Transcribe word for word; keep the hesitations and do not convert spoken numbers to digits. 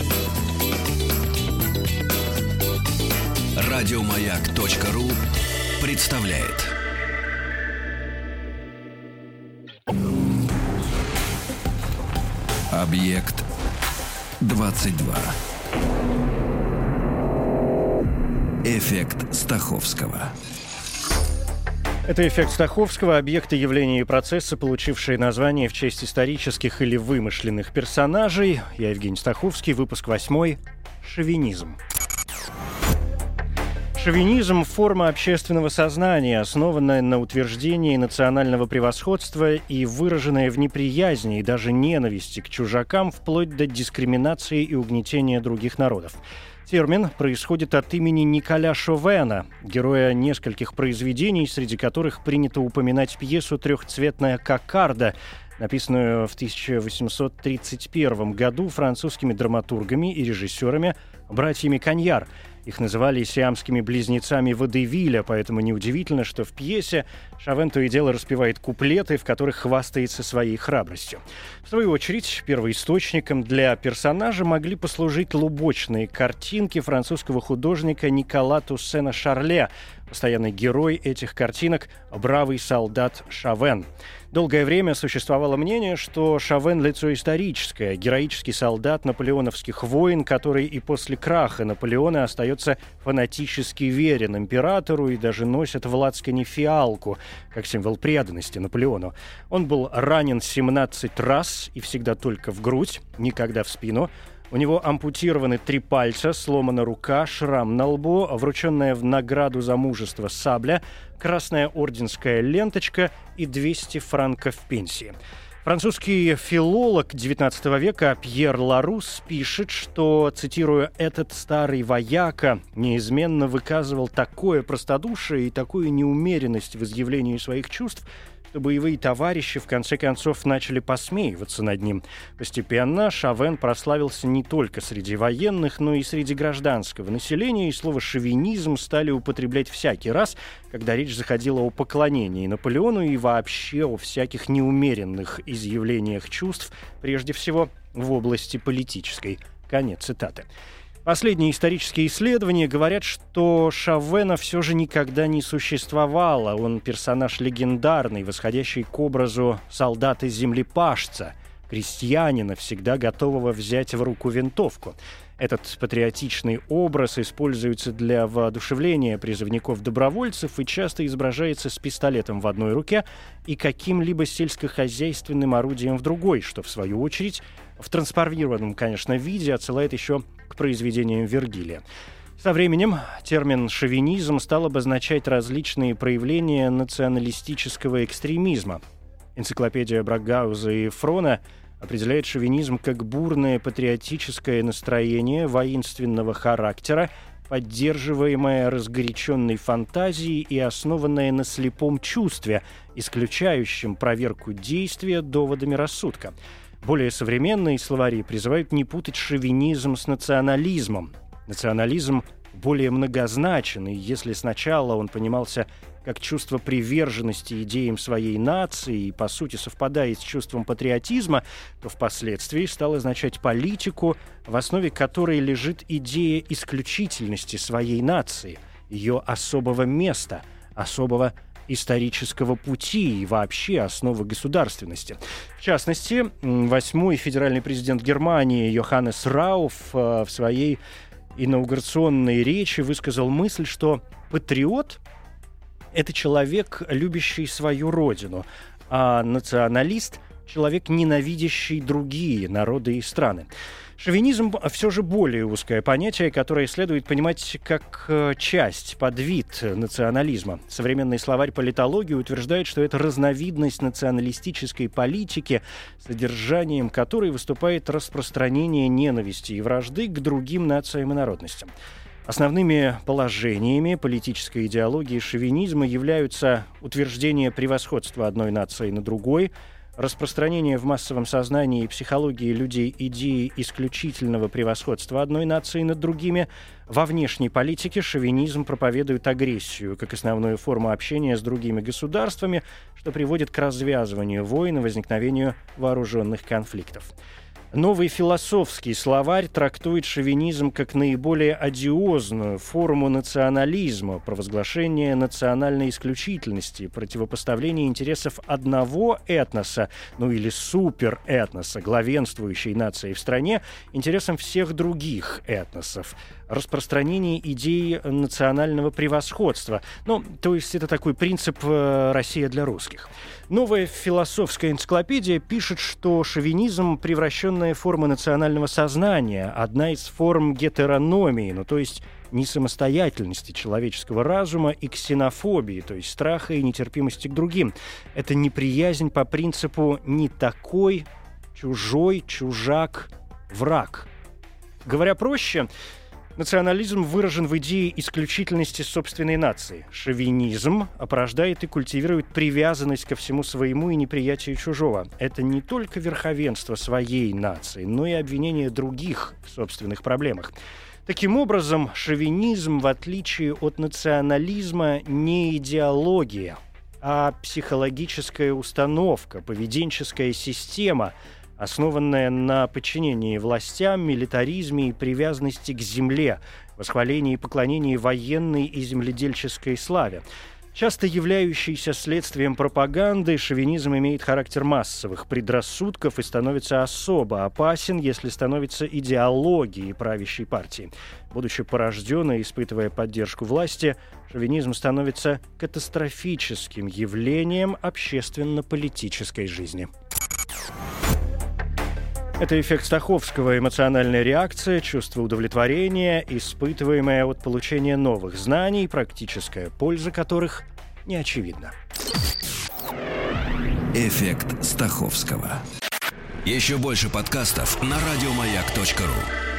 Радиомаяк.ру представляет. Объект двадцать два. Эффект Стаховского. Это эффект Стаховского, объекты, явления и процессы, получившие название в честь исторических или вымышленных персонажей. Я Евгений Стаховский, выпуск восьмой. Шовинизм. Шовинизм – форма общественного сознания, основанная на утверждении национального превосходства и выраженная в неприязни и даже ненависти к чужакам вплоть до дискриминации и угнетения других народов. Термин происходит от имени Николя Шовена, героя нескольких произведений, среди которых принято упоминать пьесу «Трехцветная кокарда», написанную в тысяча восемьсот тридцать первом году французскими драматургами и режиссерами братьями Коньяр. Их называли сиамскими близнецами Водевиля, поэтому неудивительно, что в пьесе Шовен то и дело распевает куплеты, в которых хвастается своей храбростью. В свою очередь, первоисточником для персонажа могли послужить лубочные картинки французского художника Никола Туссена Шарле. Постоянный герой этих картинок – бравый солдат Шовен. Долгое время существовало мнение, что Шовен – лицо историческое, героический солдат наполеоновских войн, который и после краха Наполеона остается фанатически верен императору и даже носит в лацкане фиалку, как символ преданности Наполеону. Он был ранен семнадцать раз и всегда только в грудь, никогда в спину. У него ампутированы три пальца, сломана рука, шрам на лбу, врученная в награду за мужество сабля, красная орденская ленточка и двести франков пенсии. Французский филолог девятнадцатого века Пьер Ларус пишет, что, цитируя, «этот старый вояка неизменно выказывал такое простодушие и такую неумеренность в изъявлении своих чувств, что боевые товарищи в конце концов начали посмеиваться над ним». Постепенно Шовен прославился не только среди военных, но и среди гражданского населения, и слово «шовинизм» стали употреблять всякий раз, когда речь заходила о поклонении Наполеону и вообще о всяких неумеренных изъявлениях чувств, прежде всего в области политической. Конец цитаты. Последние исторические исследования говорят, что Шовена все же никогда не существовало. Он персонаж легендарный, восходящий к образу солдата-землепашца, крестьянина, всегда готового взять в руку винтовку. Этот патриотичный образ используется для воодушевления призывников-добровольцев и часто изображается с пистолетом в одной руке и каким-либо сельскохозяйственным орудием в другой, что, в свою очередь, в трансформированном, конечно, виде отсылает еще к произведениям Вергилия. Со временем термин «шовинизм» стал обозначать различные проявления националистического экстремизма. Энциклопедия Брагауза и Фрона определяет шовинизм как бурное патриотическое настроение воинственного характера, поддерживаемое разгоряченной фантазией и основанное на слепом чувстве, исключающем проверку действия доводами рассудка. Более современные словари призывают не путать шовинизм с национализмом. Национализм более многозначен, и если сначала он понимался как чувство приверженности идеям своей нации и, по сути, совпадает с чувством патриотизма, то впоследствии стал означать политику, в основе которой лежит идея исключительности своей нации, ее особого места, особого исторического пути и вообще основы государственности. В частности, восьмой федеральный президент Германии Йоханнес Рауф в своей инаугурационной речи высказал мысль, что патриот — это человек, любящий свою родину, а националист — человек, ненавидящий другие народы и страны. Шовинизм все же более узкое понятие, которое следует понимать как часть, подвид национализма. Современный словарь политологии утверждает, что это разновидность националистической политики, содержанием которой выступает распространение ненависти и вражды к другим нациям и народностям. Основными положениями политической идеологии шовинизма являются утверждение превосходства одной нации над другой, распространение в массовом сознании и психологии людей идеи исключительного превосходства одной нации над другими. Во внешней политике шовинизм проповедует агрессию как основную форму общения с другими государствами, что приводит к развязыванию войн и возникновению вооруженных конфликтов. Новый философский словарь трактует шовинизм как наиболее одиозную форму национализма, провозглашение национальной исключительности, противопоставление интересов одного этноса, ну или суперэтноса, главенствующей нации в стране, интересам всех других этносов, распространение идеи национального превосходства. Ну, то есть это такой принцип «Россия для русских». Новая философская энциклопедия пишет, что шовинизм — превращенная форма национального сознания, одна из форм гетерономии, ну то есть несамостоятельности человеческого разума, и ксенофобии, то есть страха и нетерпимости к другим. Это неприязнь по принципу «не такой», «чужой», «чужак», «враг». Говоря проще, национализм выражен в идее исключительности собственной нации. Шовинизм порождает и культивирует привязанность ко всему своему и неприятие чужого. Это не только верховенство своей нации, но и обвинение других в собственных проблемах. Таким образом, шовинизм, в отличие от национализма, не идеология, а психологическая установка, поведенческая система, основанная на подчинении властям, милитаризме и привязанности к земле, восхвалении и поклонении военной и земледельческой славе. Часто являющийся следствием пропаганды, шовинизм имеет характер массовых предрассудков и становится особо опасен, если становится идеологией правящей партии. Будучи порожден и испытывая поддержку власти, шовинизм становится катастрофическим явлением общественно-политической жизни. Это эффект Стаховского, эмоциональная реакция, чувство удовлетворения, испытываемое от получения новых знаний, практическая польза которых не очевидна. Эффект Стаховского. Еще больше подкастов на радиомаяк точка ру.